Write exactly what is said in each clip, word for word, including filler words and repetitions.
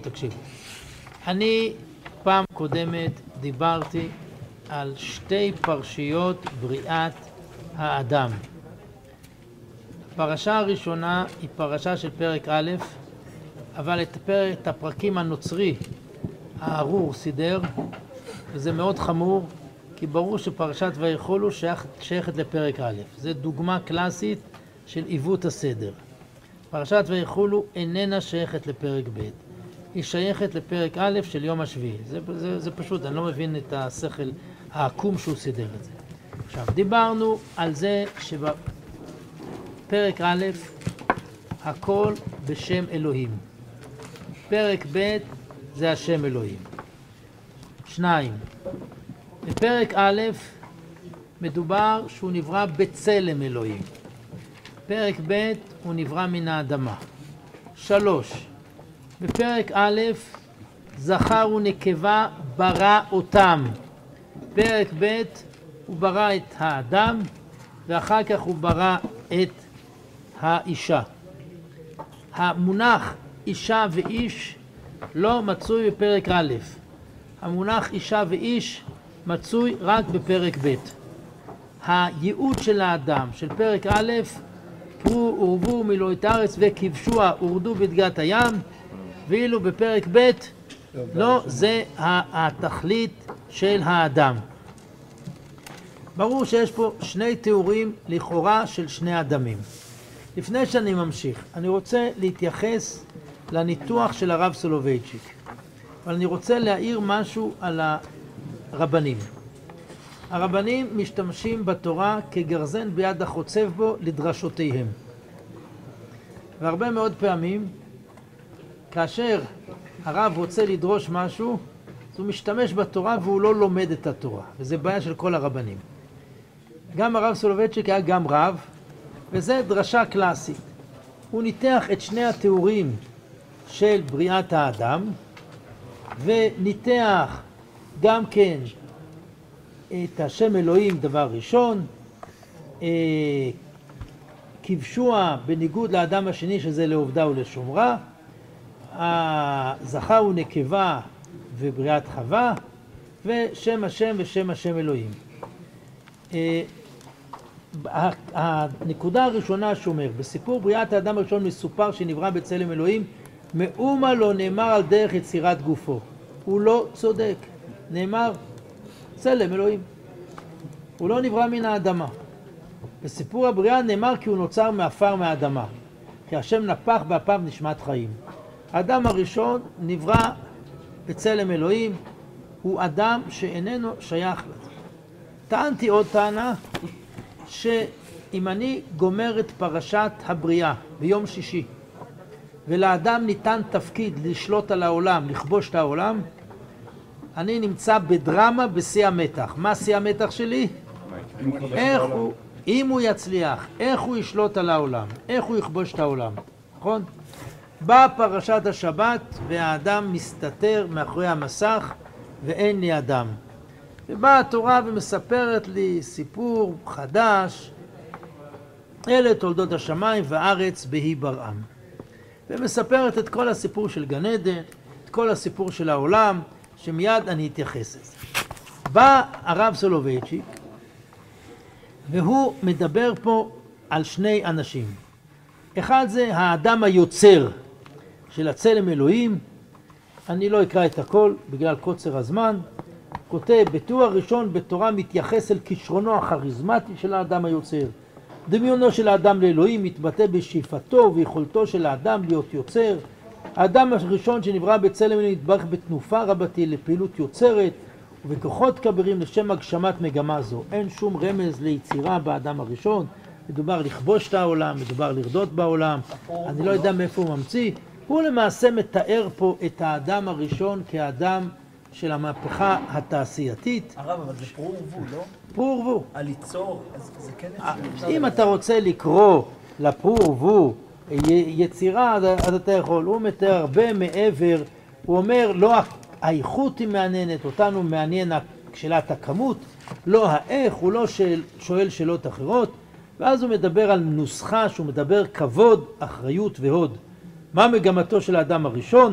תקשיבו. אני פעם קודמת דיברתי על שתי פרשיות בריאת האדם. הפרשה הראשונה היא פרשה של פרק א', אבל את, הפרק, את הפרקים הנוצרי הארור סידר, וזה מאוד חמור, כי ברור שפרשת ויחולו שייך, שייכת לפרק א'. זה דוגמה קלאסית של עיוות הסדר. פרשת ויחולו איננה שייכת לפרק ב', היא שייכת לפרק א' של יום השביעי. זה, זה, זה פשוט, אני לא מבין את השכל העקום שהוא סידר את זה. עכשיו, דיברנו על זה שבפרק א' הכל בשם אלוהים. פרק ב' זה השם אלוהים. שניים, בפרק א' מדובר שהוא נברא בצלם אלוהים. פרק ב' הוא נברא מן האדמה. שלוש, בפרק א' זכר ונקבה ברא אותם. פרק ב' הוא ברא את האדם, ואחר כך הוא ברא את האישה. המונח אישה ואיש לא מצוי בפרק א'. המונח אישה ואיש מצוי רק בפרק ב'. הייעוד של האדם של פרק א', פרו ורבו מילאו את הארץ וכבשוה ורדו בדגת הים, ואילו בפרק ב' לא, זה התכלית של האדם. ברור שיש פה שני תיאורים לכאורה של שני אדמים. לפני שאני ממשיך, אני רוצה להתייחס לניתוח של הרב סולובייצ'יק, אבל אני רוצה להעיר משהו על הרבנים. הרבנים משתמשים בתורה כגרזן ביד החוצב בו לדרשותיהם. והרבה מאוד פעמים, כאשר הרב רוצה לדרוש משהו, אז הוא משתמש בתורה והוא לא לומד את התורה. וזה בעיה של כל הרבנים. גם הרב סולובייצ'יק היה גם רב, וזה דרשה קלאסית. הוא ניתח את שני התיאורים של בריאת האדם, וניתח גם כן את השם אלוהים דבר ראשון, כבשוה בניגוד לאדם השני שזה לעובדה ולשומרה, הזכר ונקבה ובריאת חווה, ושם השם ושם השם אלוהים. הנקודה הראשונה שאומר, בסיפור בריאת האדם הראשון מסופר שנברא בצלם אלוהים, מאומה לא נאמר על דרך יצירת גופו. הוא לא צודק. נאמר צלם אלוהים. הוא לא נברא מן האדמה. בסיפור הבריאה נאמר כי הוא נוצר מעפר מהאדמה. כי השם נפח באפיו נשמת חיים. האדם הראשון נברא בצלם אלוהים, הוא אדם שאיננו שייך לזה. טענתי עוד טענה, שאם אני גומר את פרשת הבריאה ביום שישי, ולאדם ניתן תפקיד לשלוט על העולם, לכבוש את העולם, אני נמצא בדרמה בשיא המתח. מה שיא המתח שלי? איך הוא, אם הוא יצליח, איך הוא ישלוט על העולם, איך הוא יכבוש את העולם, נכון? באה פרשת השבת והאדם מסתתר מאחורי המסך ואין לי אדם. ובאה התורה ומספרת לי סיפור חדש, אלה תולדות השמיים והארץ בהי בראם. ומספרת את כל הסיפור של גן עדן, את כל הסיפור של העולם, שמיד אני אתייחס לזה. בא הרב סולובייצ'יק, והוא מדבר פה על שני אנשים. אחד זה האדם היוצר של הצלם אלוהים. אני לא אקרא את הכל בגלל קוצר הזמן. כותב, בתיאור הראשון בתורה מתייחס אל כישרונו הכריזמטי של האדם היוצר. דמיונו של האדם לאלוהים מתבטא בשאיפתו ויכולתו של האדם להיות יוצר. האדם הראשון שנברא בצלם אלוהים התברך בתנופה רבתי לפעילות יוצרת ובכוחות כבירים לשם הגשמת מגמה זו. אין שום רמז ליצירה באדם הראשון. מדובר לכבוש את העולם, מדובר לרדות בעולם. אני לא יודע מאיפה הוא ממציא. הוא למעשה מתאר פה את האדם הראשון כאדם של המהפכה התעשייתית. הרב, אבל זה פרו ורבו, לא? פרו ורבו. על ליצור, אז זה כן אפשר. אם אתה רוצה לקרוא לפרו ורבו יצירה, אז אתה יכול. הוא מתאר הרבה מעבר. הוא אומר, לא האיכות היא מעניינת, אותנו מעניין שאלת הכמות, לא האיך, הוא לא שואל שאלות אחרות. ואז הוא מדבר על נוסחה שהוא מדבר כבוד, אחריות והוד. מה מגמתו של האדם הראשון?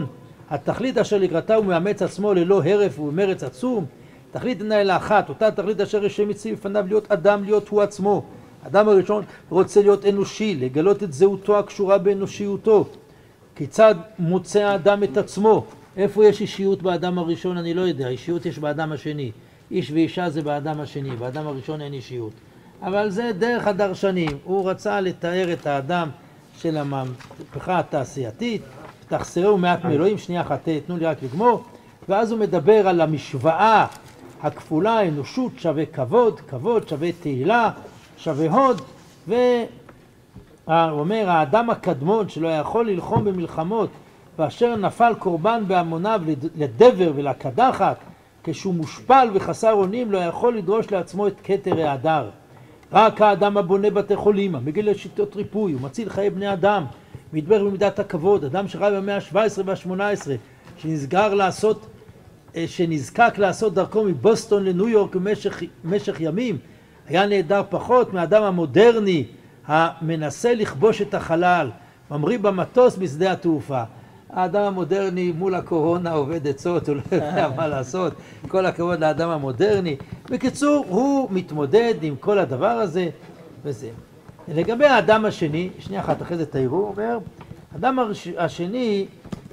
התכלית אשר לקראתה הוא מאמץ עצמו ללא הרף ובמרץ עצום, תכלית אינה אלא אחת, אותה תכלית אשר השם הציב בפניו להיות אדם, להיות הוא עצמו. האדם הראשון רוצה להיות אנושי, לגלות את זהותו הקשורה באנושיותו. כיצד מוצא האדם את עצמו? איפה יש אישיות באדם הראשון? אני לא יודע, אישיות יש באדם השני. איש ואישה זה באדם השני, באדם הראשון אין אישיות. אבל זה דרך הדרשנים, הוא רצה לתאר את האדם של המהפכה התעשייתית, תחסרו מעט מאלוהים, שנייה אחת, תנו לי רק לגמור, ואז הוא מדבר על המשוואה הכפולה, אנושות שווה כבוד, כבוד שווה תהילה, שווה הוד, והוא אומר, האדם הקדמון שלא יכול ללחום במלחמות, ואשר נפל קורבן בהמוניו לדבר ולקדחת, כשהוא מושפל וחסר אונים, לא יכול לדרוש לעצמו את כתר ההדר. רק האדם הבונה בתי חולים, המגיל לשיטות ריפוי, הוא מציל חיי בני אדם, מתברך במידת הכבוד, אדם שחי במאה ה-שבע עשרה וה-שמונה עשרה, שנזכר לעשות, שנזקק לעשות דרכו מבוסטון לניו יורק במשך, במשך ימים, היה נהדר פחות מהאדם המודרני המנסה לכבוש את החלל, ממריא במטוס בשדה התעופה. האדם המודרני מול הקורונה עובד עצות, הוא לא יודע מה לעשות, כל הכבוד לאדם המודרני. בקיצור, הוא מתמודד עם כל הדבר הזה וזה. לגבי האדם השני, שנייה אחת אחרי זה תראו, הוא אומר, האדם השני,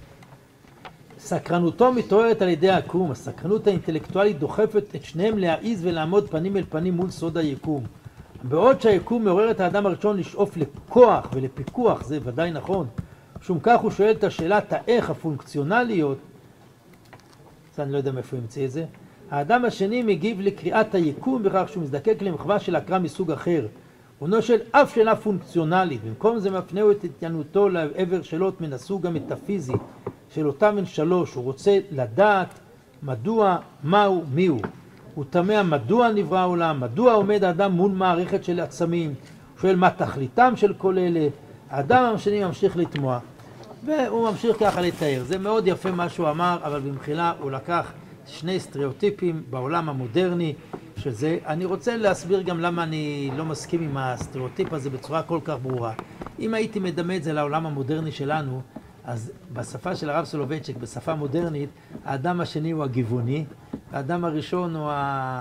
סקרנותו מתעוררת על ידי היקום, הסקרנות האינטלקטואלית דוחפת את שניהם להעיז ולעמוד פנים אל פנים מול סוד היקום. בעוד שהיקום מעורר את האדם הראשון לשאוף לכוח ולפיקוח, זה ודאי נכון, משום כך הוא שואל את השאלת האיך הפונקציונליות, אז אני לא יודע מאיפה ימצא את זה, האדם השני מגיב לקריאת היקום בכך שהוא מזדקק למחווה של הקרא מסוג אחר. הוא לא שואל אף שאלה פונקציונלית, במקום זה מפנה את התעניינותו לעבר שאלות מן הסוג המטאפיזי, של אותם מן שלוש, הוא רוצה לדעת מדוע, מהו, מיהו. הוא תמה מדוע נברא העולם, מדוע עומד האדם מול מערכת של עצמים, הוא שואל מה תכליתם של כל אלה, האדם השני ממשיך לתמוע, והוא ממשיך ככה לתאר. זה מאוד יפה מה שהוא אמר, אבל במחילה הוא לקח שני סטריאוטיפים בעולם המודרני, שזה, אני רוצה להסביר גם למה אני לא מסכים עם הסטריאוטיפ הזה בצורה כל כך ברורה. אם הייתי מדמה את זה לעולם המודרני שלנו, אז בשפה של הרב סולובייצ'יק, בשפה מודרנית, האדם השני הוא הגיווני, האדם הראשון הוא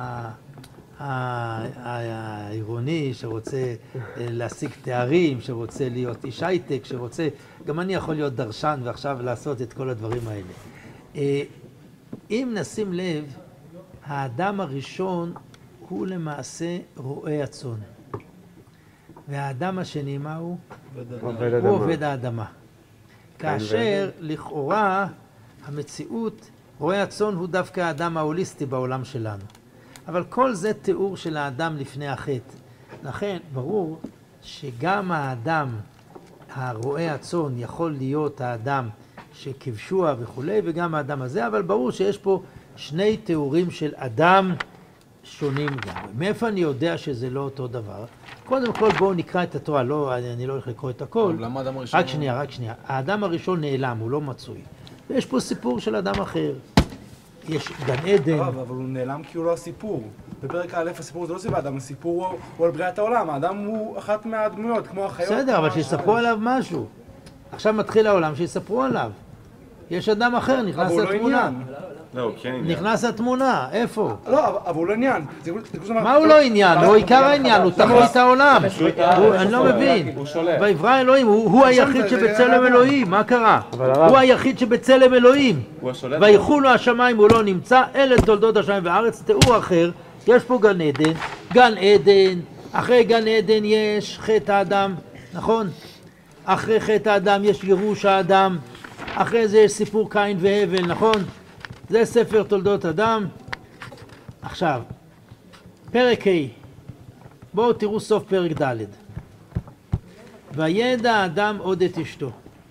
העירוני שרוצה להשיג תארים, שרוצה להיות איש הייטק, שרוצה, גם אני יכול להיות דרשן ועכשיו לעשות את כל הדברים האלה. אם נשים לב, האדם הראשון הוא למעשה רועה הצאן. והאדם השני מה הוא? הוא עובד האדמה. כאשר לכאורה המציאות, רועה הצאן הוא דווקא האדם ההוליסטי בעולם שלנו. אבל כל זה תיאור של האדם לפני החטא. לכן ברור שגם האדם, הרועה הצאן, יכול להיות האדם שכבשוע וכו', וגם האדם הזה, אבל ברור שיש פה שני תיאורים של אדם שונים גם. מאיפה אני יודע שזה לא אותו דבר? קודם כל בואו נקרא את התורה, לא, אני, אני לא הולך לקרוא את הכל. למה האדם הראשון? רק שנייה, רק שנייה. האדם הראשון נעלם, הוא לא מצוי. ויש פה סיפור של אדם אחר. יש גן עדן. אבל הוא נעלם כי הוא לא הסיפור. בפרק א' הסיפור זה לא סביב האדם, הסיפור הוא על בריאת העולם. האדם הוא אחת מהדמויות, כמו החיות. בסדר, אבל שיספרו עליו משהו. עכשיו מתחיל העולם, שיספרו עליו. יש אדם אחר, נכנס לתמונה. לא, כן עניין. נכנס לתמונה, איפה? לא, אבל הוא לא עניין. מה הוא לא עניין? הוא עיקר העניין, הוא תכלית העולם. אני לא מבין. ויברא אלוהים, הוא היחיד שבצלם אלוהים, מה קרה? הוא היחיד שבצלם אלוהים. ויחולו השמיים, הוא לא נמצא, אלה תולדות השמיים והארץ, תיאור אחר. יש פה גן עדן, גן עדן, אחרי גן עדן יש חטא האדם, נכון? אחרי חטא האדם יש גירוש האדם, אחרי זה יש סיפור קין והבל, נכון? זה ספר תולדות אדם. עכשיו, פרק ה', בואו תראו סוף פרק ד'. וידע האדם עוד את אשתו,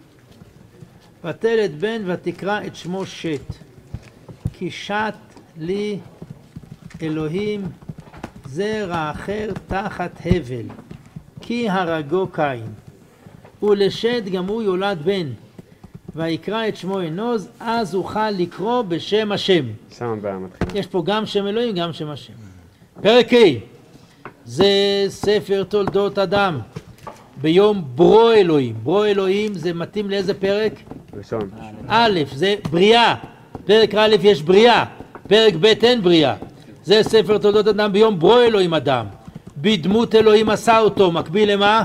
ותלד בן ותקרא את שמו שת, כי שת לי אלוהים זרע אחר תחת הבל, כי הרגו קין, ולשת גם הוא יולד בן, ויקרא את שמו אנוז, אז אוכל לקרוא בשם השם. שם הבעיה מתחילה. יש פה גם שם אלוהים, גם שם השם. פרק ה' זה ספר תולדות אדם. ביום ברו אלוהים. ברו אלוהים זה מתאים לאיזה פרק? ראשון. א', זה בריאה. פרק א' יש בריאה, פרק ב' אין בריאה. זה ספר תולדות אדם ביום ברוא אלוהים אדם. בדמות אלוהים עשה אותו, מקביל למה?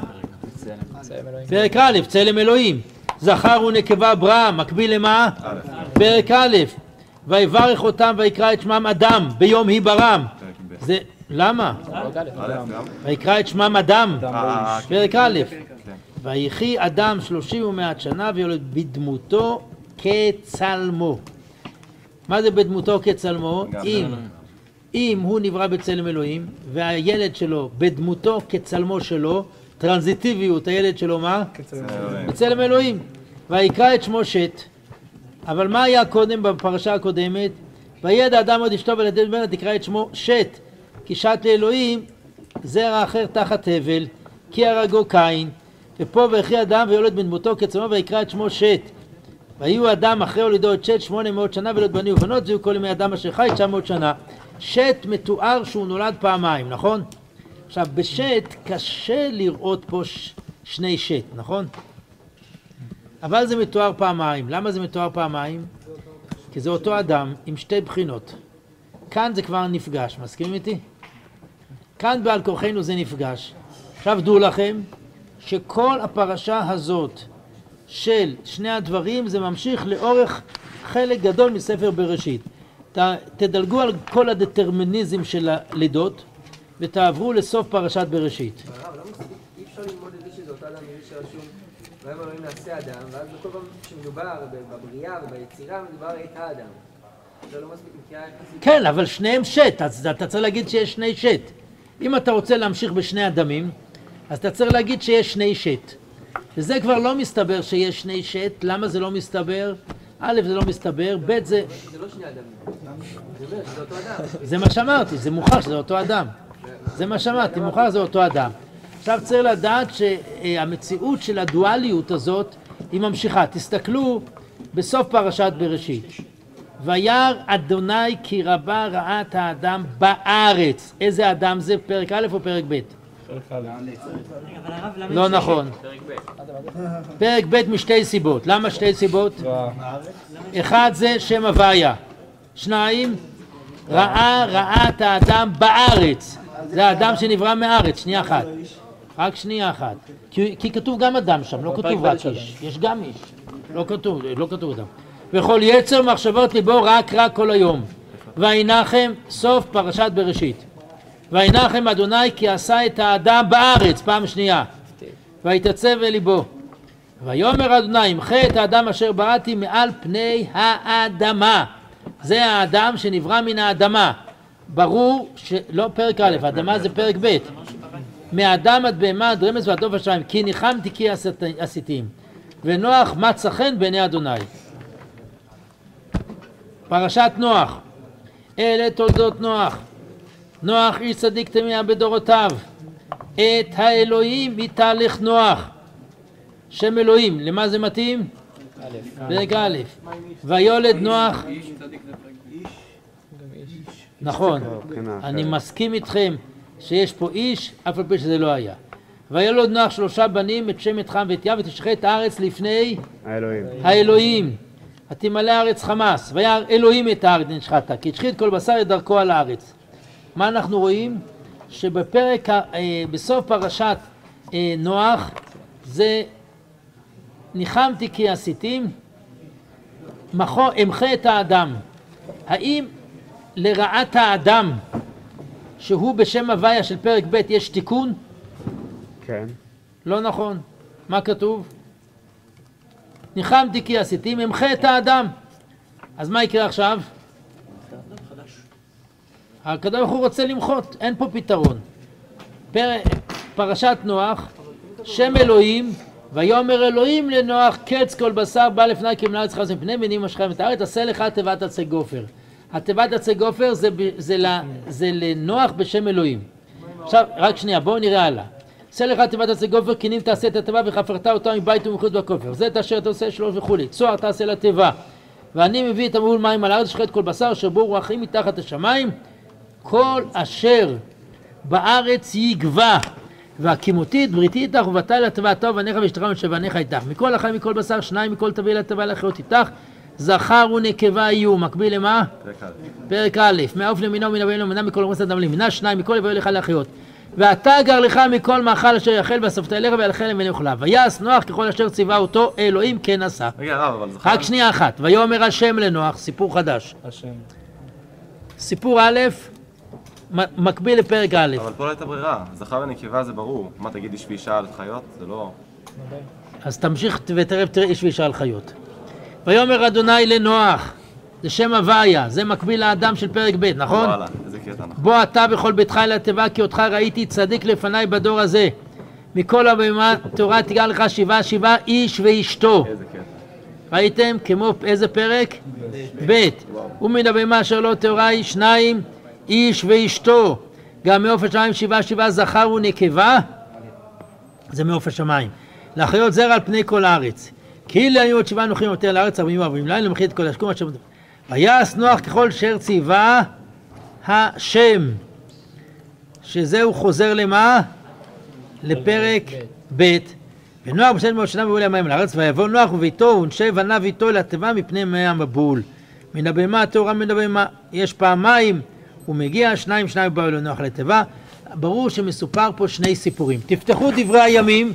פרק א', צלם אלוהים. זכר ונקבה ברא, מקביל למה? פרק א', ויברך אותם ויקרא את שמם אדם ביום היברם. זה, למה? ויקרא את שמם אדם, פרק א', ויחי אדם שלושים ומעט שנה ויולד בדמותו כצלמו. מה זה בדמותו כצלמו? אם, אם הוא נברא בצלם אלוהים והילד שלו בדמותו כצלמו שלו, טרנזיטיביות, הילד שלו מה? בצלם אלוהים. ויקרא את שמו שת. אבל מה היה קודם בפרשה הקודמת? וידע אדם עוד אשתו ולדת בנה תקרא את שמו שת, כי שת לאלוהים זרע אחר תחת הבל, כי הרגו קין. ופה ויחי אדם ויולד בדמותו כצלמו ויקרא את שמו שת. ויהיו אדם אחרי הולידו את שת שמונה מאות שנה ולד בנים ובנות, זהו כל ימי אדם אשר חי תשע מאות שנה. שת מתואר שהוא נולד פעמיים, נכון? עכשיו בשת קשה לראות פה ש... שני שת, נכון? אבל זה מתואר פעמיים. למה זה מתואר פעמיים? כי זה אותו אדם עם שתי בחינות. כאן זה כבר נפגש, מסכימים איתי? כאן בעל כורחנו זה נפגש. עכשיו דעו לכם שכל הפרשה הזאת של שני הדברים זה ממשיך לאורך חלק גדול מספר בראשית. ת, תדלגו על כל הדטרמיניזם של הלידות ותעברו לסוף פרשת בראשית. הרב, לא מספיק, אי אפשר ללמוד את זה שזה אותו אדם מזה שרשום והם אלוהים נעשה אדם, ואז בכל פעם שמדובר בבריאה וביצירה מדובר את האדם. זה לא מספיק מקריאה יחסית. כן, אבל שניהם שת, אז אתה צריך להגיד שיש שני שת. אם אתה רוצה להמשיך בשני אדמים, אז אתה צריך להגיד שיש שני שת. וזה כבר לא מסתבר שיש שני שת. למה זה לא מסתבר? א', זה לא מסתבר, ב', זה... זה לא שני אדמים. זה אומר שזה אותו אדם. זה מה שאמרתי, זה מוכח שזה אותו אדם. זה מה שאמרתי, מוכח שזה אותו אדם. עכשיו צריך לדעת שהמציאות של הדואליות הזאת היא ממשיכה. תסתכלו בסוף פרשת בראשית. וירא אדוני כי רבה רעת האדם בארץ. איזה אדם זה? פרק א' או פרק ב'? לא נכון. פרק ב' משתי סיבות. למה שתי סיבות? אחד זה שם הוויה. שניים, ראה רעת האדם בארץ. זה האדם שנברא מארץ. שנייה אחת. רק שנייה אחת. כי, כי כתוב גם אדם שם, לא כתוב רק איש. יש גם איש. לא כתוב, לא כתוב אדם. וכל יצר מחשבות ליבו רק רק כל היום. וינחם, סוף פרשת בראשית. וינחם אדוני כי עשה את האדם בארץ, פעם שנייה. ויתעצב בליבו. ויאמר אדוני, ימחה את האדם אשר בראתי מעל פני האדמה. זה האדם שנברא מן האדמה. ברור שלא פרק א', האדמה זה פרק ב'. מאדם עד בהמה עד רמז ועד עוף השמיים, כי ניחמתי כי עשיתים. ונוח מצא חן בעיני אדוני. פרשת נוח. אלה תולדות נוח. נוח איש צדיק תמיד בדורותיו. את האלוהים מתהלך נוח. שם אלוהים, למה זה מתאים? פרק א'. ויולד נוח. נכון, אני מסכים איתכם שיש פה איש, אף על פי שזה לא היה. ויולד נוח שלושה בנים, את שם את חם ואת ים, ותשחט את הארץ לפני האלוהים. האלוהים. ותמלא הארץ חמס, וירא אלוהים את הארץ נשחטה, כי השחית כל בשר את דרכו על הארץ. מה אנחנו רואים? שבפרק, בסוף פרשת נוח, זה ניחמתי כי עשיתים, אמחה את האדם. האם לרעת האדם, שהוא בשם הוויה של פרק ב' יש תיקון? כן. לא נכון. מה כתוב? ניחמתי כי עשיתים, אמחה את האדם. אז מה יקרה עכשיו? הקדוש ברוך הוא רוצה למחות, אין פה פתרון. פר... פרשת נוח, שם אלוהים, ויאמר אלוהים לנוח, קץ כל בשר בא לפני כי מלאה אצלך מפני מינים משכם את הארץ, עשה לך תיבת עצי גופר. התיבת עצי גופר זה, זה, זה, זה לנוח בשם אלוהים. עכשיו, רק שנייה, בואו נראה הלאה. עשה לך תיבת עצי גופר, כי אם תעשה את התיבה וחפרת אותה מבית ומחוץ בכופר. זה את אשר אתה עושה שלוש וכולי. צוהר תעשה לתיבה. ואני מביא את המבול מים על הארץ, שחט כל בשר, שבו רוחים מתחת השמיים. כל אשר בארץ יגבה, והקימותית, בריתי איתך, ובאת אל הטבה הטוב, בניך ואשתך ושבניך איתך. מכל החי מכל בשר, שניים מכל תביא לטבה לחיות איתך, זכר ונקבה יהיו. מקביל למה? פרק א'. פרק א', מהעוף למינו ומן הבהמה למינה מכל רמוס אדם למינה, שניים מכל יבואו לך לחיות. ואתה גר לך מכל מאכל אשר יאכל ואספת אליך ויאכל להם ונאכלה. ויעש נוח ככל אשר ציווה אותו אלוהים כן עשה. רגע, רב, אבל זכר... רק שנייה אחת. ויאמר השם לנוח, סיפור חדש. השם. סיפור א', מ- מקביל לפרק א'. אבל פה לא הייתה ברירה. זכר ונקבה זה ברור. מה תגיד איש ואישה על חיות? זה לא... אז תמשיך ותראה תראה איש ואישה על חיות. ויאמר אדוני לנוח, זה שם הוויה, זה מקביל לאדם של פרק ב', נכון? וואלה, איזה קטע נכון. בוא אתה בכל ביתך אל התיבה, כי אותך ראיתי צדיק לפניי בדור הזה. מכל הבהמה תורה תיגר לך שבעה שבעה איש ואשתו. איזה קטע. ראיתם? כמו איזה פרק? ב'. ומן הבהמה אשר לא תורה היא שניים איש ואשתו. גם מעוף השמיים שבעה שבעה זכר ונקבה. זה מעוף השמיים. לחיות זרע על פני כל הארץ. כי אלה היו עוד שבעה נוחים יותר לארץ ארבעים וארבעים לילה למחית את כל השכום אשר... ויעש נוח ככל שר ציווה השם. שזהו חוזר למה? לפרק ב'. ונוח בשל מאות שנה ובואו המים לארץ, ויבוא נוח וביתו ונשב עניו איתו אל התיבה מפני מי המבול. מן הבהמה התורה מן הבהמה, יש פעמיים, הוא מגיע, שניים שניים באו לנוח לתיבה. ברור שמסופר פה שני סיפורים. תפתחו דברי הימים.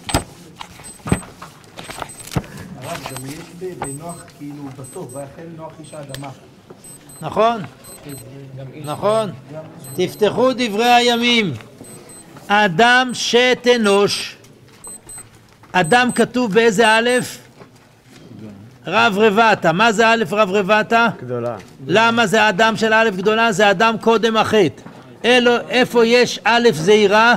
הרב, גם יש בנוח כאילו בסוף, ויחל נוח איש האדמה. נכון, נכון. תפתחו דברי הימים. אדם שת אנוש. אדם כתוב באיזה א'? רב רבתה. מה זה א' רב רבתה? גדולה. למה זה אדם של א' גדולה? זה אדם קודם החטא. אלו, איפה יש א' זעירה?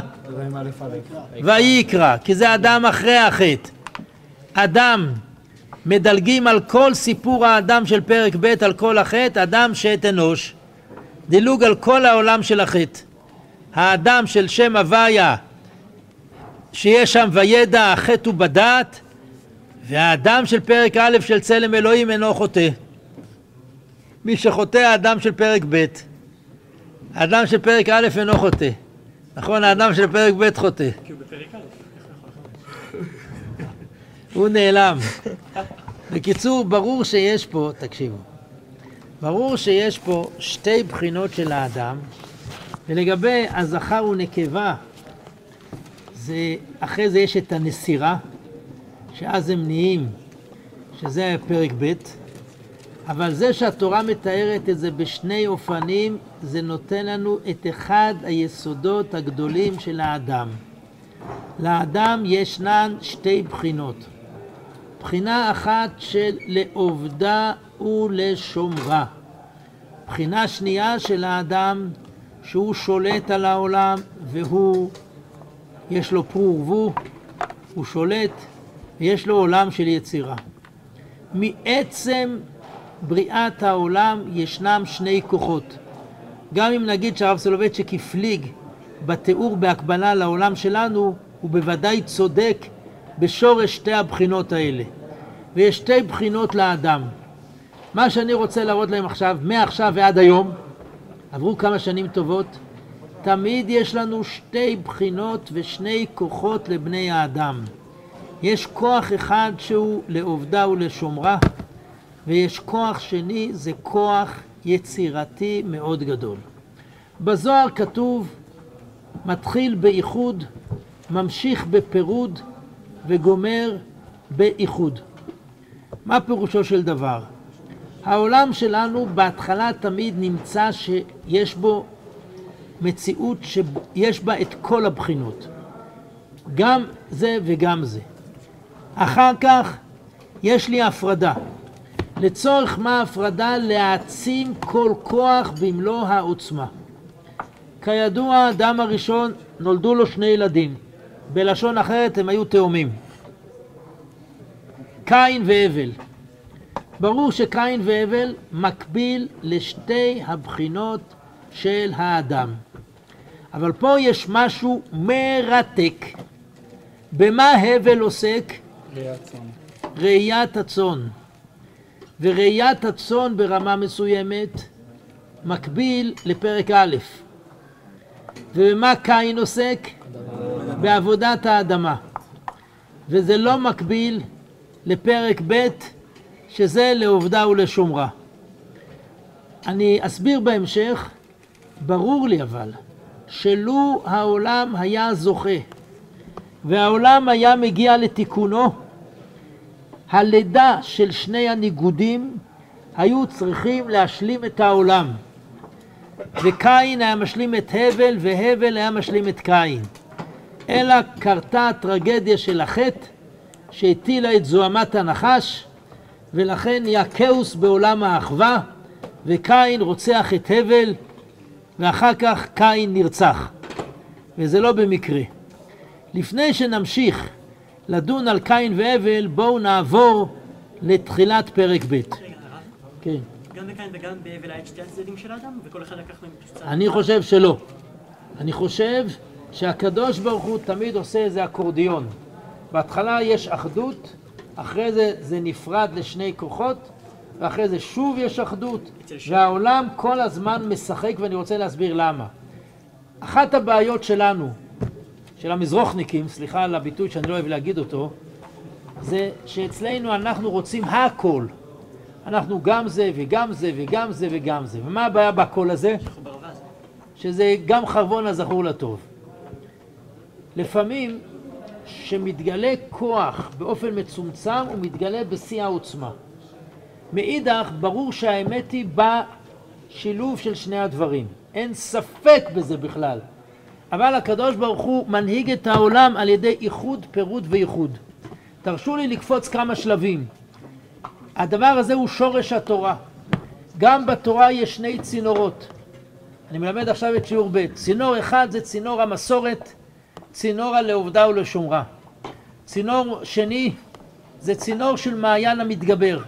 ויקרא, כי זה אדם אחרי החטא. אדם, מדלגים על כל סיפור האדם של פרק ב' על כל החטא, אדם שת אנוש. דילוג על כל העולם של החטא. האדם של שם הוויה, שיש שם וידע החטא ובדעת, והאדם של פרק א' של צלם אלוהים אינו חוטא. מי שחוטא האדם של פרק ב'. האדם של פרק א' אינו חוטא. נכון, האדם של פרק ב' חוטא. כי הוא בפרק א'. הוא נעלם. בקיצור, ברור שיש פה, תקשיבו, ברור שיש פה שתי בחינות של האדם, ולגבי הזכר ונקבה, זה, אחרי זה יש את הנסירה, שאז הם נהיים, שזה פרק ב', אבל זה שהתורה מתארת את זה בשני אופנים, זה נותן לנו את אחד היסודות הגדולים של האדם. לאדם ישנן שתי בחינות. בחינה אחת של לעובדה ולשומרה. בחינה שנייה של האדם שהוא שולט על העולם והוא, יש לו פרו ורבו, הוא שולט ויש לו עולם של יצירה. מעצם בריאת העולם ישנם שני כוחות. גם אם נגיד שהרב סולובייצ'יק הפליג בתיאור בהקבלה לעולם שלנו, הוא בוודאי צודק בשורש שתי הבחינות האלה. ויש שתי בחינות לאדם. מה שאני רוצה להראות להם עכשיו, מעכשיו ועד היום, עברו כמה שנים טובות, תמיד יש לנו שתי בחינות ושני כוחות לבני האדם. יש כוח אחד שהוא לעובדה ולשומרה, ויש כוח שני, זה כוח יצירתי מאוד גדול. בזוהר כתוב, מתחיל באיחוד, ממשיך בפירוד וגומר באיחוד. מה פירושו של דבר? העולם שלנו בהתחלה תמיד נמצא שיש בו מציאות שיש בה את כל הבחינות. גם זה וגם זה. אחר כך יש לי הפרדה. לצורך מה הפרדה? להעצים כל כוח במלוא העוצמה. כידוע, האדם הראשון נולדו לו שני ילדים. בלשון אחרת הם היו תאומים. קין והבל. ברור שקין והבל מקביל לשתי הבחינות של האדם. אבל פה יש משהו מרתק. במה הבל עוסק? ראיית הצאן. וראיית הצאן ברמה מסוימת מקביל לפרק א'. ובמה קין עוסק? בעבודת האדמה. וזה לא מקביל לפרק ב' שזה לעובדה ולשומרה. אני אסביר בהמשך, ברור לי אבל, שלו העולם היה זוכה, והעולם היה מגיע לתיקונו, הלידה של שני הניגודים היו צריכים להשלים את העולם. וקין היה משלים את הבל, והבל היה משלים את קין. אלא קרתה הטרגדיה של החטא, שהטילה את זוהמת הנחש, ולכן נהיה כאוס בעולם האחווה, וקין רוצח את הבל, ואחר כך קין נרצח. וזה לא במקרה. לפני שנמשיך לדון על קין והבל, בואו נעבור לתחילת פרק ב'. רגע, הרב? כן. גם בקין וגם בהבל היה את שתי הצדדים של האדם, וכל אחד לקח מהם קצת... אני חושב שלא. אני חושב שהקדוש ברוך הוא תמיד עושה איזה אקורדיון. בהתחלה יש אחדות, אחרי זה זה נפרד לשני כוחות, ואחרי זה שוב יש אחדות, והעולם כל הזמן משחק, ואני רוצה להסביר למה. אחת הבעיות שלנו, של המזרוחניקים, סליחה על הביטוי שאני לא אוהב להגיד אותו, זה שאצלנו אנחנו רוצים הכל. אנחנו גם זה וגם זה וגם זה וגם זה. ומה הבעיה בכל הזה? שזה גם חרבון הזכור לטוב. לפעמים שמתגלה כוח באופן מצומצם הוא מתגלה בשיא העוצמה. מאידך ברור שהאמת היא בשילוב של שני הדברים. אין ספק בזה בכלל. אבל הקדוש ברוך הוא מנהיג את העולם על ידי איחוד, פירוד וייחוד. תרשו לי לקפוץ כמה שלבים. הדבר הזה הוא שורש התורה. גם בתורה יש שני צינורות. אני מלמד עכשיו את שיעור ב'. צינור אחד זה צינור המסורת, צינור לעובדה ולשומרה. צינור שני זה צינור של מעיין המתגבר.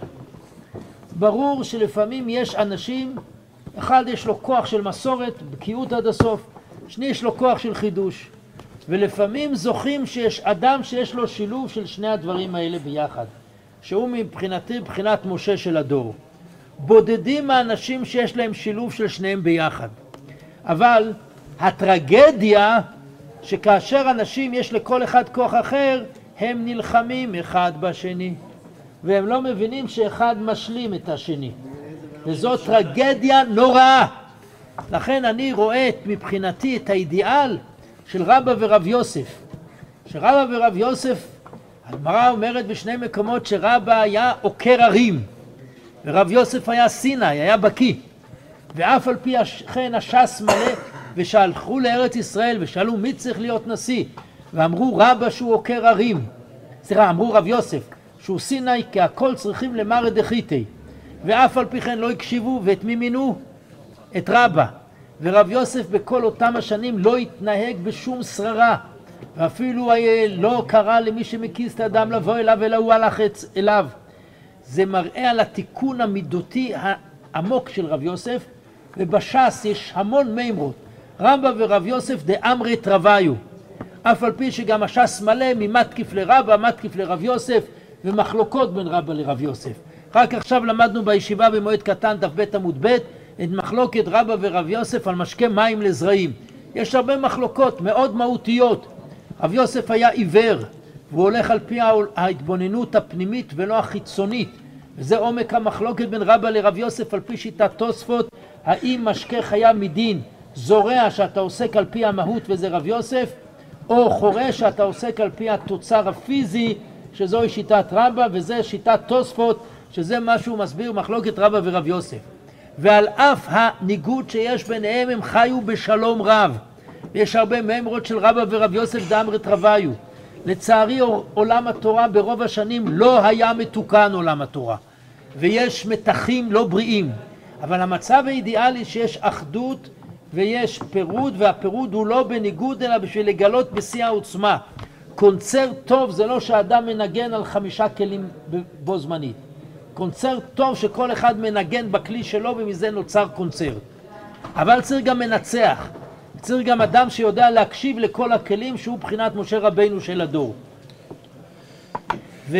ברור שלפעמים יש אנשים, אחד יש לו כוח של מסורת, בקיאות עד הסוף, שני יש לו כוח של חידוש. ולפעמים זוכים שיש אדם שיש לו שילוב של שני הדברים האלה ביחד, שהוא מבחינתי בחינת משה של הדור. בודדים האנשים שיש להם שילוב של שניהם ביחד. אבל הטרגדיה שכאשר אנשים יש לכל אחד כוח אחר, הם נלחמים אחד בשני, והם לא מבינים שאחד משלים את השני, וזאת טרגדיה נוראה. לכן אני רואה מבחינתי את האידיאל של רבא ורב יוסף. שרבא ורב יוסף, הגמרא אומרת בשני מקומות שרבא היה עוקר הרים, ורב יוסף היה סיני, היה בקיא. ואף על פי כן הש"ס מלא, ושהלכו לארץ ישראל ושאלו מי צריך להיות נשיא, ואמרו רבא שהוא עוקר הרים. סליחה, אמרו רב יוסף שהוא סיני, כי הכל צריכים למרא דחיתי. ואף על פי כן לא הקשיבו, ואת מי מינו? את רבא. ורב יוסף בכל אותם השנים לא התנהג בשום שררה, ואפילו לא קרא למי שמקיס את האדם לבוא אליו, אלא הוא הלך אליו. זה מראה על התיקון המידותי העמוק של רב יוסף, ובש"ס יש המון מימרות. רבא ורב יוסף דאמרית רוויו. אף על פי שגם הש"ס מלא ממתקיף לרבא, מתקיף לרב יוסף, ומחלוקות בין רבא לרב יוסף. רק עכשיו למדנו בישיבה במועד קטן דף ב' עמוד ב' את מחלוקת רבא ורב יוסף על משקה מים לזרעים. יש הרבה מחלוקות מאוד מהותיות. רב יוסף היה עיוור, והוא הולך על פי ההתבוננות הפנימית ולא החיצונית. וזה עומק המחלוקת בין רבא לרב יוסף על פי שיטת תוספות, האם משקה חיה מדין זורע שאתה עוסק על פי המהות וזה רב יוסף, או חורש שאתה עוסק על פי התוצר הפיזי שזוהי שיטת רבא, וזה שיטת תוספות שזה משהו מסביר מחלוקת רבא ורב יוסף. ועל אף הניגוד שיש ביניהם הם חיו בשלום רב. יש הרבה מאמרות של רבא ורב יוסף דאמרית רוויו. לצערי עולם התורה ברוב השנים לא היה מתוקן עולם התורה, ויש מתחים לא בריאים. אבל המצב האידיאלי שיש אחדות ויש פירוד, והפירוד הוא לא בניגוד אלא בשביל לגלות בשיא העוצמה. קונצרט טוב זה לא שאדם מנגן על חמישה כלים בו זמנית. קונצרט טוב שכל אחד מנגן בכלי שלו ומזה נוצר קונצרט. אבל צריך גם מנצח. צריך גם אדם שיודע להקשיב לכל הכלים שהוא בחינת משה רבינו של הדור. ו...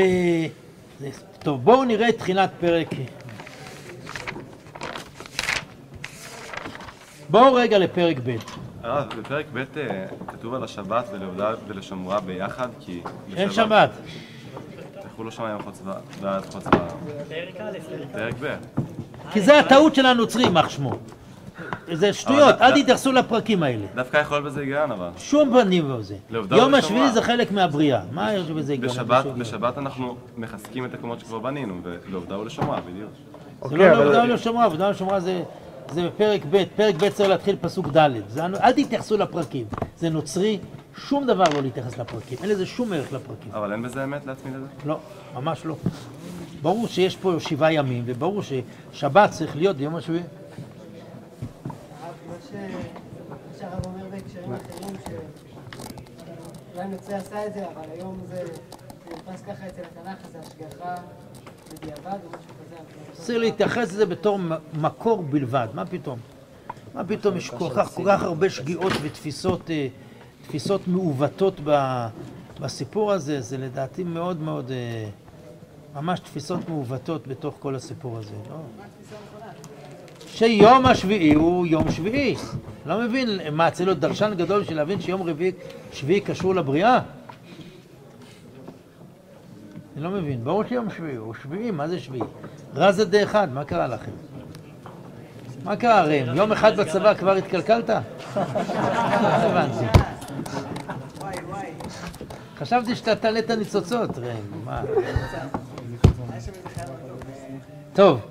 טוב, בואו נראה את תחילת פרק. בואו רגע לפרק ב'. הרב, בפרק ב' כתוב על השבת ולעובדה ולשמורה ביחד, כי... אין שבת. תלכו לא שמיים ועד חוץ בעם. פרק א', פרק ב'. כי זה הטעות של הנוצרים, אח שמו. זה שטויות, אל תתייחסו לפרקים האלה. דווקא יכול בזה היגיון, אבל. שום פנים לא זה. לעובדה יום ולשמורה. השביעי זה חלק מהבריאה. מה יש בזה היגיון? בשבת, בשבת אנחנו מחזקים את הקומות שכבר בנינו, ולעובדה ולשמורה, בדיוק. זה לא לעובדה ולשמורה, עובדה ולשמורה זה... זה בפרק ב', פרק ב' צריך להתחיל פסוק ד', זה, אל תתייחסו לפרקים, זה נוצרי, שום דבר לא להתייחס לפרקים, אין לזה שום ערך לפרקים. אבל אין בזה אמת להצמיד את זה? לא, ממש לא. ברור שיש פה שבעה ימים, וברור ששבת צריך להיות ביום השביעי. מה שהרב אומר בהקשרים אחרים, שאולי נוצרי עשה את זה, אבל היום זה נתפס ככה אצל התנ"ך, זה השגחה בדיעבד או משהו כזה. צריך להתייחס לזה בתור מקור בלבד, מה פתאום? מה פתאום יש כל כך, כל כך הרבה שגיאות ותפיסות תפיסות מעוותות בסיפור הזה, זה לדעתי מאוד מאוד, ממש תפיסות מעוותות בתוך כל הסיפור הזה, לא? שיום השביעי הוא יום שביעי, לא מבין, מה, צריך להיות דרשן גדול של להבין שיום רביעי שביעי קשור לבריאה? אני לא מבין, ברור שיום שביעי, הוא שביעי, מה זה שביעי? רזה דה אחד, מה קרה לכם? מה קרה ראם? יום אחד בצבא כבר התקלקלת? הבנתי. חשבתי שאתה תעלה את הניצוצות, ראם, מה? טוב.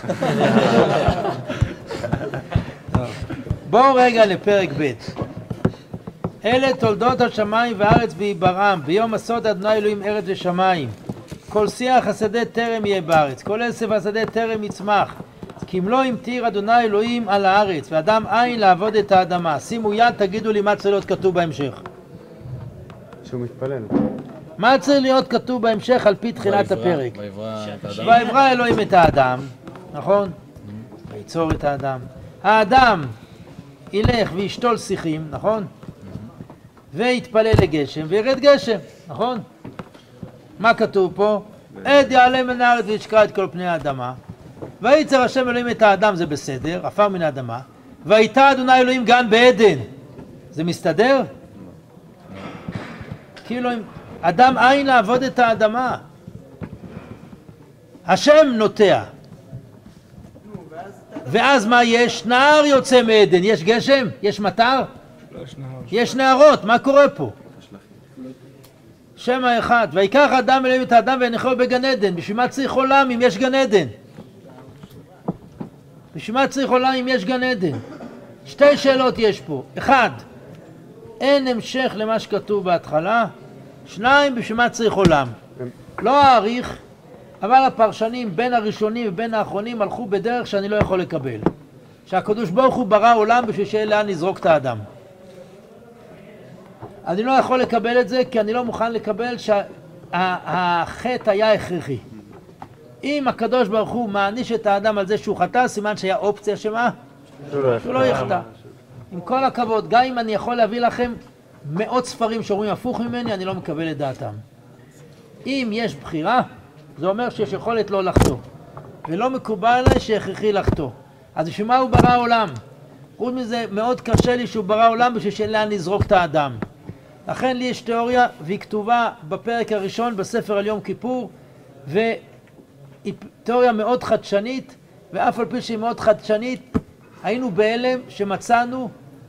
בואו רגע לפרק ב'. אלה תולדות השמיים והארץ ויברעם, ביום הסוד אדוני אלוהים ארץ ושמיים. כל שיח השדה טרם יהיה בארץ, כל עשב השדה טרם יצמח. כי אם לא המטיר אדוני אלוהים על הארץ, ואדם אין לעבוד את האדמה. שימו יד, תגידו לי מה צריך להיות כתוב בהמשך. שהוא מתפלל. מה צריך להיות כתוב בהמשך על פי תחילת הפרק? ויברא אלוהים את האדם, נכון? ויצור את האדם. האדם ילך וישתול שיחים, נכון? ויתפלל לגשם וירד גשם, נכון? מה כתוב פה? עד יעלה מן הארץ וישקע את כל פני האדמה. ויצר השם אלוהים את האדם, זה בסדר, עפר מן האדמה. ויטע אדוני אלוהים גן בעדן. זה מסתדר? כאילו אדם אין לעבוד את האדמה. השם נוטע. ואז מה יש? נהר יוצא מעדן. יש גשם? יש מטר? יש נהרות. מה קורה פה? שם האחד. ויקח אדם אלוהים את האדם והניחהו בגן עדן. בשביל מה צריך עולם אם יש גן עדן? בשביל מה צריך עולם אם יש גן עדן? שתי שאלות יש פה. אחד, אין המשך למה שכתוב בהתחלה. שניים, בשביל מה צריך עולם? לא אעריך, אבל הפרשנים בין הראשונים ובין האחרונים הלכו בדרך שאני לא יכול לקבל. שהקדוש ברוך הוא ברא עולם בשביל שיהיה לאן לזרוק את האדם. אני לא יכול לקבל את זה כי אני לא מוכן לקבל שהחטא היה הכרחי. אם הקדוש ברוך הוא מעניש את האדם על זה שהוא חטא, סימן שהיה אופציה שמה? שהוא לא יחטא. עם כל הכבוד, גם אם אני יכול להביא לכם מאות ספרים שאומרים הפוך ממני, אני לא מקבל את דעתם. אם יש בחירה, זה אומר שיש יכולת לא לחטוא. ולא מקובל עליי שהכרחי לחטוא. אז בשביל מה הוא ברא עולם? חוץ מזה, מאוד קשה לי שהוא ברא עולם בשביל שאין לאן לזרוק את האדם. לכן לי יש תיאוריה, והיא כתובה בפרק הראשון בספר על יום כיפור, והיא תיאוריה מאוד חדשנית, ואף על פי שהיא מאוד חדשנית, היינו בהלם שמצאנו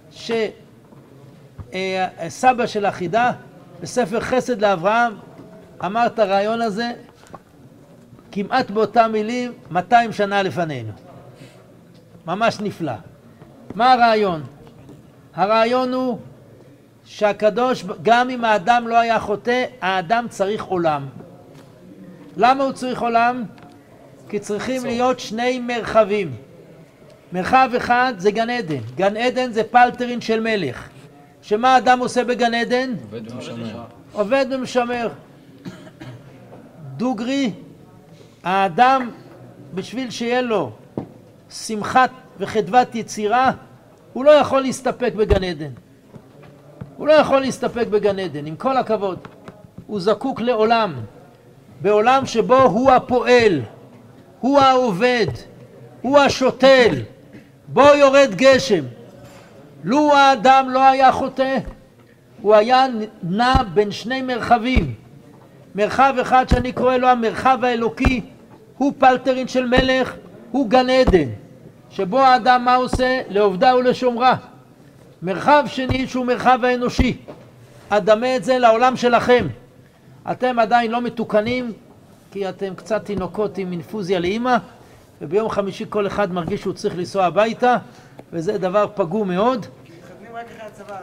שסבא של החידה, בספר חסד לאברהם, אמר את הרעיון הזה כמעט באותם מילים מאתיים שנה לפנינו. ממש נפלא. מה הרעיון? הרעיון הוא שהקדוש, גם אם האדם לא היה חוטא, האדם צריך עולם. למה הוא צריך עולם? כי צריכים להיות שני מרחבים. מרחב אחד זה גן עדן. גן עדן זה פלטרין של מלך. שמה האדם עושה בגן עדן? עובד ומשמר. עובד ומשמר. דוגרי, האדם בשביל שיהיה לו שמחת וחדוות יצירה, הוא לא יכול להסתפק בגן עדן. הוא לא יכול להסתפק בגן עדן, עם כל הכבוד. הוא זקוק לעולם. בעולם שבו הוא הפועל, הוא העובד, הוא השותל, בו יורד גשם. לו האדם לא היה חוטא, הוא היה נע בין שני מרחבים. מרחב אחד שאני קורא לו המרחב האלוקי, הוא פלטרין של מלך, הוא גן עדן, שבו האדם מה עושה? לעובדה ולשומרה. מרחב שני שהוא מרחב האנושי, אדמה את זה לעולם שלכם. אתם עדיין לא מתוקנים, כי אתם קצת תינוקות עם אינפוזיה לאמא, וביום חמישי כל אחד מרגיש שהוא צריך לנסוע הביתה, וזה דבר פגום מאוד. חתנים רק אחרי הצבא.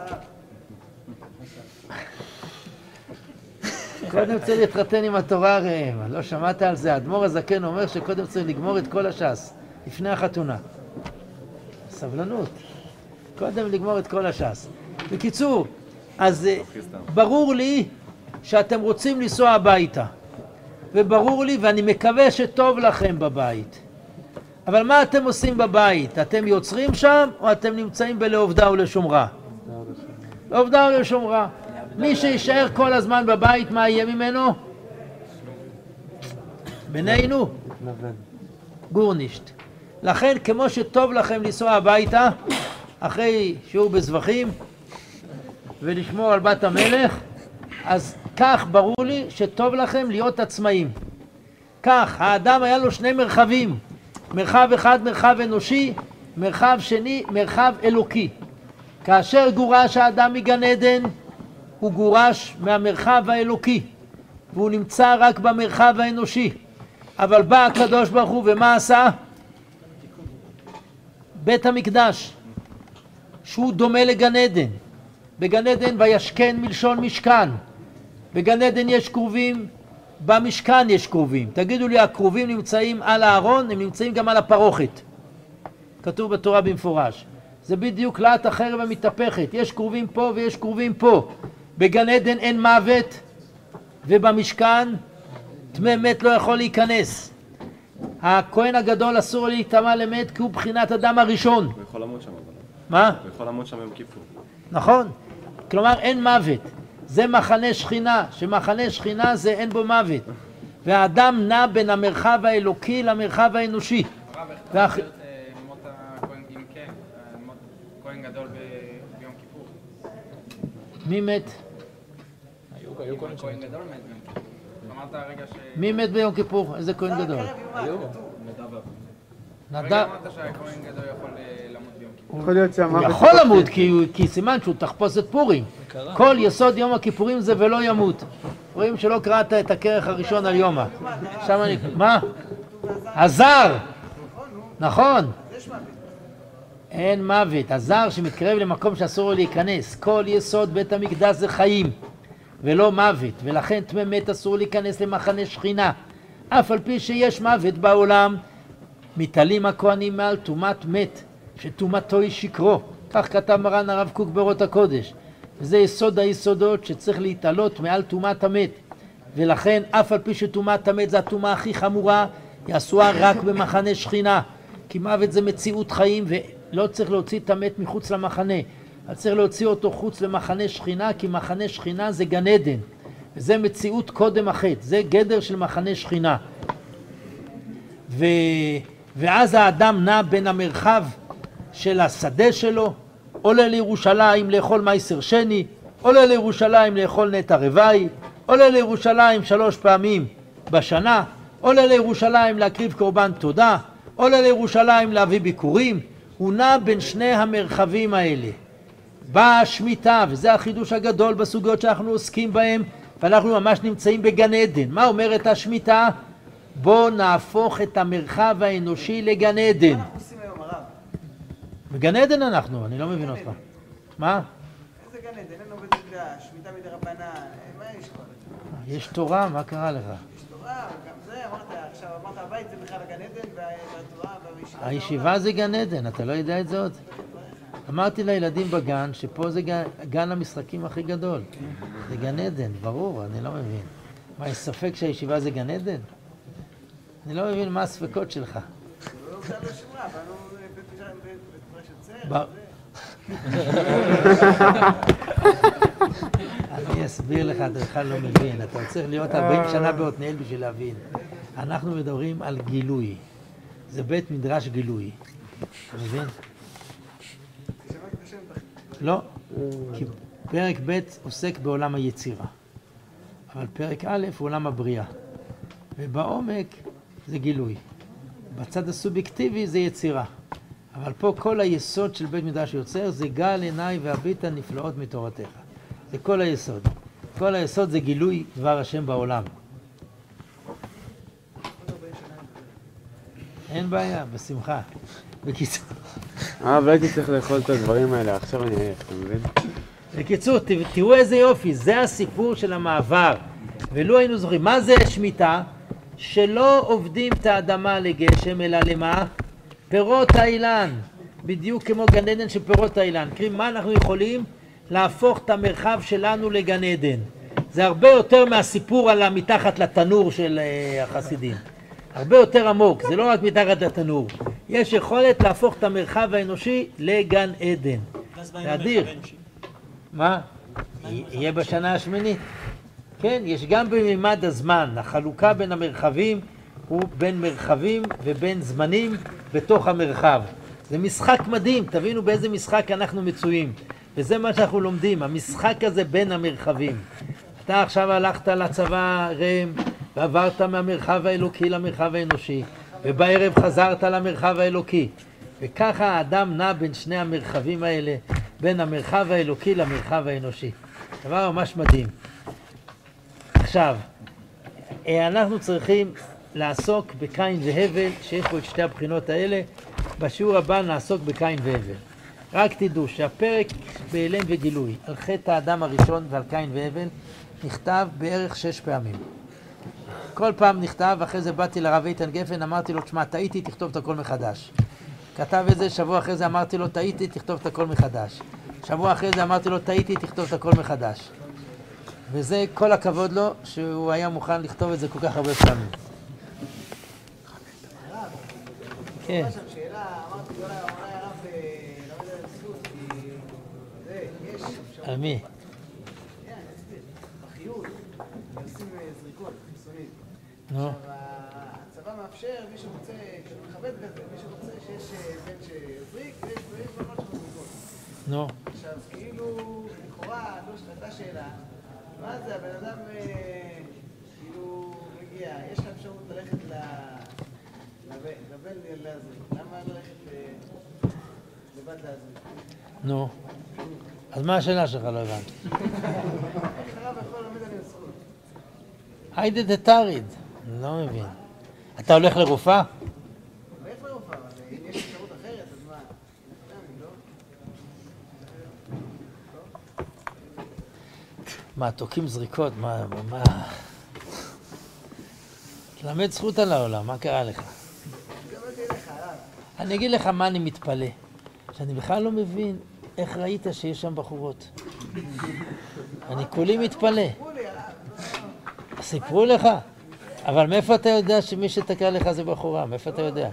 קודם צריך להתחתן עם התורה ראם, לא שמעת על זה? האדמו"ר הזקן אומר שקודם צריך לגמור את כל הש"ס, לפני החתונה. סבלנות. קודם לגמור את כל הש"ס. בקיצור, אז ברור לי שאתם רוצים לנסוע הביתה. וברור לי, ואני מקווה שטוב לכם בבית. אבל מה אתם עושים בבית? אתם יוצרים שם, או אתם נמצאים בלעובדה ולשומרה? לעובדה ולשומרה. מי שישאר כל הזמן בבית, מה יהיה ממנו? בינינו? גורנישט. לכן, כמו שטוב לכם לנסוע הביתה, אחרי שיעור בזבחים, ולשמור על בת המלך, אז כך ברור לי שטוב לכם להיות עצמאים. כך, האדם היה לו שני מרחבים. מרחב אחד מרחב אנושי, מרחב שני מרחב אלוקי. כאשר גורש האדם מגן עדן, הוא גורש מהמרחב האלוקי, והוא נמצא רק במרחב האנושי. אבל בא הקדוש ברוך הוא ומה עשה? בית המקדש, שהוא דומה לגן עדן. בגן עדן וישכן מלשון משכן. בגן עדן יש קרובים, במשכן יש קרובים. תגידו לי, הקרובים נמצאים על הארון, הם נמצאים גם על הפרוכת. כתוב בתורה במפורש. זה בדיוק לעת החרב המתהפכת. יש קרובים פה ויש קרובים פה. בגן עדן אין מוות, ובמשכן טמא מת לא יכול להיכנס. הכהן הגדול אסור להיטמא למת כי הוא בחינת אדם הראשון. הוא יכול למות שם אבל. מה? הוא יכול למות שם יום כיפור. נכון. כלומר אין מוות. זה מחנה שכינה, שמחנה שכינה זה אין בו מוות. והאדם נע בין המרחב האלוקי למרחב האנושי. הרב, איך אתה ואח... חושב מות הכהן, אם כן, מות כהן גדול ביום כיפור? מי מת? היו כהן גדול מת ביום כיפור. אמרת הרגע ש... מי מת ביום כיפור? איזה כהן גדול? נדב. הרגע אמרת שהכהן גדול יכול למות ביום כיפור. יכול להיות הוא שהמוות... יכול למות כי, כי סימן שהוא תחפושת פורים. כל יסוד יום הכיפורים זה ולא ימות. רואים שלא קראת את הכרך הראשון על יומא. שם אני... מה? הזר! נכון. אין מוות. הזר שמתקרב למקום שאסור לו להיכנס. כל יסוד בית המקדש זה חיים ולא מוות. ולכן טמא מת אסור להיכנס למחנה שכינה. אף על פי שיש מוות בעולם, מתעלים הכהנים מעל טומאת מת, שטומאתו היא שקרו. כך כתב מרן הרב קוק באורות הקודש. וזה יסוד היסודות שצריך להתעלות מעל טומאת המת. ולכן אף על פי שטומאת המת זה הטומאה הכי חמורה, היא אסורה רק במחנה שכינה. כי מוות זה מציאות חיים ולא צריך להוציא את המת מחוץ למחנה. אז צריך להוציא אותו חוץ למחנה שכינה, כי מחנה שכינה זה גן עדן. וזה מציאות קודם החטא, זה גדר של מחנה שכינה. ו... ואז האדם נע בין המרחב של השדה שלו, עולה לירושלים לאכול מייסר שני, עולה לירושלים לאכול נטע רווי, עולה לירושלים שלוש פעמים בשנה, עולה לירושלים להקריב קורבן תודה, עולה לירושלים להביא ביקורים. הוא נע בין שני המרחבים האלה. באה השמיטה, וזה החידוש הגדול בסוגיות שאנחנו עוסקים בהם, ואנחנו ממש נמצאים בגן עדן. מה אומרת השמיטה? בוא נהפוך את המרחב האנושי לגן עדן. מה אנחנו עושים היום, הרב? בגן עדן אנחנו, אני לא מבין אותך. מה? איזה גן עדן? אין עובד מקדש, שמיטה מדי רבנן, מה יש כבר? יש תורה, מה קרה לך? יש תורה, גם זה, אמרת עכשיו, אמרת הבית זה בכלל הגן עדן, והתורה והישיבה. הישיבה זה גן עדן, אתה לא יודע את זה עוד? אמרתי לילדים בגן שפה זה גן, גן המשחקים הכי גדול. זה גן עדן, ברור, אני לא מבין. מה, יש ספק שהישיבה זה גן עדן? אני לא מבין מה הספקות שלך. זה לא עובדה לשמרה, באנו בפרשת צר. ב- אני אסביר לך, אתה בכלל לא מבין. אתה צריך להיות ארבעים שנה בעתניאל בשביל להבין. אנחנו מדברים על גילוי. זה בית מדרש גילוי. אתה מבין? שמעתי את השם, לא, כי פרק ב' עוסק בעולם היצירה, אבל פרק א' הוא עולם הבריאה, ובעומק זה גילוי. בצד הסובייקטיבי זה יצירה, אבל פה כל היסוד של בית מדרש יוצר זה גל עיניי והביט הנפלאות מתורתך. זה כל היסוד. כל היסוד זה גילוי דבר השם בעולם. אין בעיה, בשמחה. בקיצור. אה, והייתי צריך לאכול את הדברים האלה, עכשיו אני עייף, אתה מבין? בקיצור, תראו איזה יופי, זה הסיפור של המעבר. ולא היינו זוכרים, מה זה שמיטה? שלא עובדים את האדמה לגשם, אלא למה? פירות האילן. בדיוק כמו גן עדן של פירות האילן. קרים, מה אנחנו יכולים? להפוך את המרחב שלנו לגן עדן. זה הרבה יותר מהסיפור על המתחת לתנור של uh, החסידים. הרבה יותר עמוק, זה לא רק מתחת לתנור. יש יכולת להפוך את המרחב האנושי לגן עדן. זה אדיר. מה? יהיה בשנה השמינית. כן, יש גם בממד הזמן. החלוקה בין המרחבים הוא בין מרחבים ובין זמנים בתוך המרחב. זה משחק מדהים, תבינו באיזה משחק אנחנו מצויים. וזה מה שאנחנו לומדים, המשחק הזה בין המרחבים. אתה עכשיו הלכת לצבא רם, ועברת מהמרחב האלוקי למרחב האנושי, ובערב חזרת למרחב האלוקי. וככה האדם נע בין שני המרחבים האלה, בין המרחב האלוקי למרחב האנושי. דבר ממש מדהים. עכשיו, אנחנו צריכים לעסוק בקין והבל, שיש פה את שתי הבחינות האלה. בשיעור הבא נעסוק בקין והבל. רק תדעו שהפרק בהלם וגילוי על חטא האדם הראשון ועל קין והבל נכתב בערך שש פעמים. כל פעם נכתב, אחרי זה באתי לרב איתן גפן, אמרתי לו, תשמע, טעיתי, תכתוב את הכל מחדש. כתב את זה, שבוע אחרי זה אמרתי לו, טעיתי, תכתוב את הכל מחדש. שבוע אחרי זה אמרתי לו, טעיתי, תכתוב את הכל מחדש. וזה כל הכבוד לו שהוא היה מוכן לכתוב את זה כל כך הרבה פעמים. כן. על מי? בחיוב, עושים זריקות חיסונית. נו. עכשיו, הצבא מאפשר, מי שרוצה, כשאתה מכבד כזה, מי שרוצה שיש בן שזריק, ויש בנות שמזריקות. נו. עכשיו, כאילו, לכאורה, לא שחטה שאלה, מה זה, הבן אדם, כאילו, מגיע, יש לך אפשרות ללכת לבן להזריק. למה ללכת לבד להזריק? נו. אז מה השאלה שלך? לא הבנתי. איך הרב יכול ללמד על הזכות? היידה דתריד. אני לא מבין. אתה הולך לרופאה? הולך לרופאה, אבל אם יש אפשרות אחרת, אז מה? לא? מה, תוקים זריקות? מה, מה? תלמד זכות על העולם, מה קרה לך? אני אגיד לך מה אני מתפלא. שאני בכלל לא מבין איך ראית שיש שם בחורות. אני כולי מתפלא. סיפרו לך? אבל מאיפה אתה יודע שמי שתקע לך זה בחורה? מאיפה אתה יודע?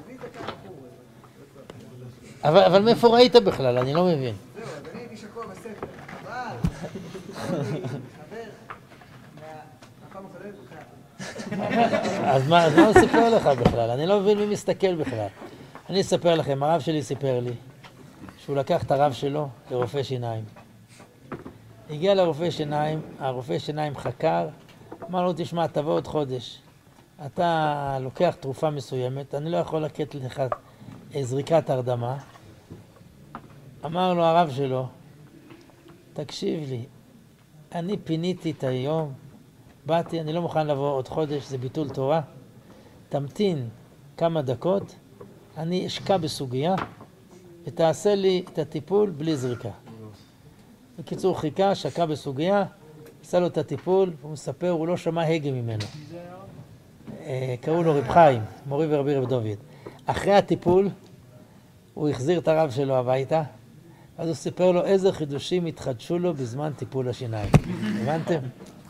אבל, אבל מאיפה ראית בכלל? אני לא מבין. זהו, אז אני הייתי שקוע בספר. אבל, חבר, מהפעם הקודמת בכלל. אז מה, אז מה הוא סיפר לך בכלל? אני לא מבין מי מסתכל בכלל. אני אספר לכם, הרב שלי סיפר לי שהוא לקח את הרב שלו לרופא שיניים. הגיע לרופא שיניים, הרופא שיניים חקר, אמר לו, תשמע, תבוא עוד חודש. אתה לוקח תרופה מסוימת, אני לא יכול לקט לך זריקת הרדמה. אמר לו הרב שלו, תקשיב לי, אני פיניתי את היום, באתי, אני לא מוכן לבוא עוד חודש, זה ביטול תורה. תמתין כמה דקות, אני אשקע בסוגיה, ותעשה לי את הטיפול בלי זריקה. בקיצור, חיכה, שקע בסוגיה, עשה לו את הטיפול, הוא מספר, הוא לא שמע הגה ממנו. קראו לו רב חיים, מורי ורבי רב דוד. אחרי הטיפול, הוא החזיר את הרב שלו הביתה, אז הוא סיפר לו איזה חידושים התחדשו לו בזמן טיפול השיניים. הבנתם?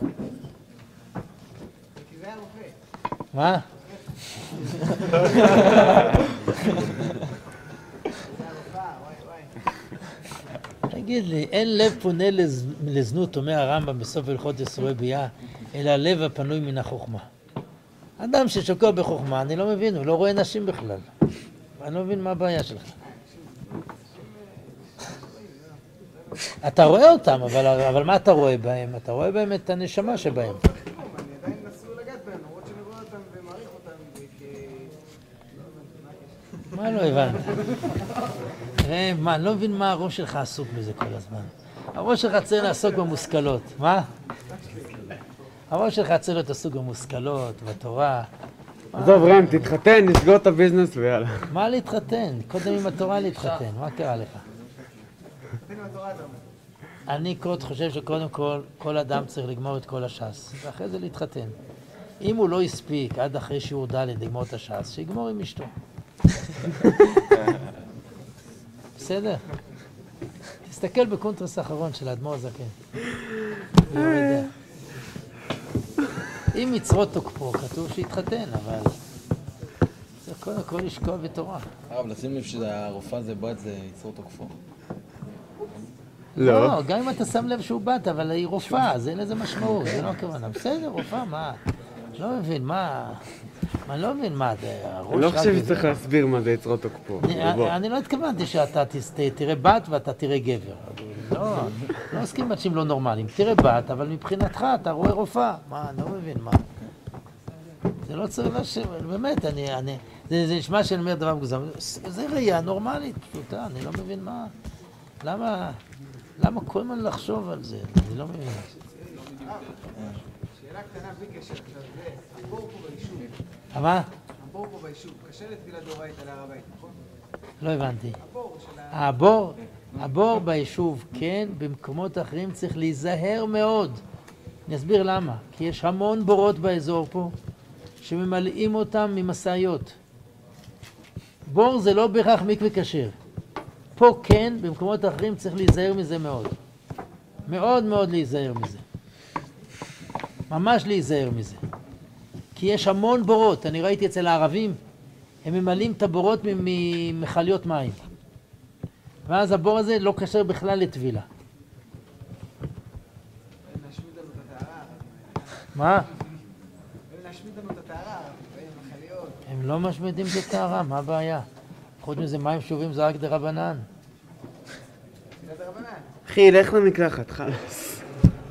כי זה היה רופא. מה? תגיד לי, אין לב פונה לזנות, אומר הרמב"ם בסוף הלכות איסורי ביאה, אלא הלב הפנוי מן החוכמה. אדם ששוקע בחוכמה, אני לא מבין, הוא לא רואה נשים בכלל. אני לא מבין מה הבעיה שלך. אתה רואה אותם, אבל, אבל מה אתה רואה בהם? אתה רואה בהם את הנשמה שבהם. אני עדיין אסור לגעת בהם, למרות שאני רואה אותם ומעריך אותם כ... מה לא הבנת? תראה, מה, אני לא מבין מה הראש שלך עסוק בזה כל הזמן. הראש שלך צריך לעסוק במושכלות, מה? הראש שלך צריך להיות עסוק במושכלות, בתורה. עזוב רם, תתחתן, נסגור את הביזנס ויאללה. מה להתחתן? קודם עם התורה להתחתן, מה קרה לך? אני חושב שקודם כל, כל אדם צריך לגמור את כל הש"ס, ואחרי זה להתחתן. אם הוא לא הספיק עד אחרי שיעור ד' לגמור את הש"ס, שיגמור עם אשתו. בסדר? תסתכל בקונטרס האחרון של האדמו"ר הזקן. אם מצוות תוקפו, כתוב שיתחתן, אבל זה קודם כל לשקוע בתורה. הרב, לשים לב שהרופאה זה בת, זה יצרו תוקפו. לא, גם אם אתה שם לב שהוא בת, אבל היא רופאה, אז אין לזה משמעות, זה לא הכוונה. בסדר, רופאה, מה? לא מבין, מה? אני לא מבין מה, הראש... אני לא חושב שצריך להסביר מה זה יצרו תוקפו. אני לא התכוונתי שאתה תראה בת ואתה תראה גבר. לא, לא מסכים אנשים לא נורמליים. תראה בת, אבל מבחינתך אתה רואה רופאה. מה, אני לא מבין, מה? זה לא צריך לשם, באמת, אני... זה נשמע שאני אומר דבר מגוזם. זה ראייה נורמלית, פשוטה, אני לא מבין מה... למה... למה כל הזמן לחשוב על זה? אני לא מבין. שאלה קטנה בלי קשר, עכשיו זה, הבור פה ביישוב. מה? הבור פה ביישוב, קשה לתפילה דאורייתא להר הבית, נכון? לא הבנתי. הבור של ה... הבור, הבור ביישוב, כן, במקומות אחרים צריך להיזהר מאוד. אני אסביר למה. כי יש המון בורות באזור פה, שממלאים אותם ממשאיות. בור זה לא בהכרח מקווה כשר. פה כן, במקומות אחרים צריך להיזהר מזה מאוד. מאוד מאוד להיזהר מזה. ממש להיזהר מזה. כי יש המון בורות. אני ראיתי אצל הערבים, הם ממלאים את הבורות ממכליות מים. ואז הבור הזה לא קשר בכלל לטבילה. להשמיד לנו את הטהרה. מה? להשמיד לנו את הטהרה, מכליות. הם לא משמידים את הטהרה, מה הבעיה? חוץ מזה מים שובים זה רק דרבנן. אחי, לך למקלחת, חלאס.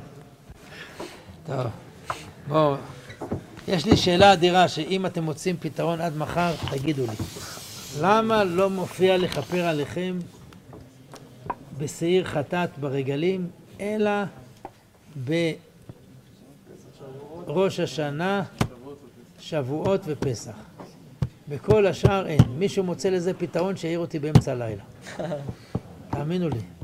טוב, בואו. יש לי שאלה אדירה שאם אתם מוצאים פתרון עד מחר, תגידו לי. למה לא מופיע לכפר עליכם בשעיר חטאת ברגלים, אלא בראש השנה, שבועות ופסח? בכל השאר אין. מישהו מוצא לזה פתרון שיעיר אותי באמצע הלילה. תאמינו לי.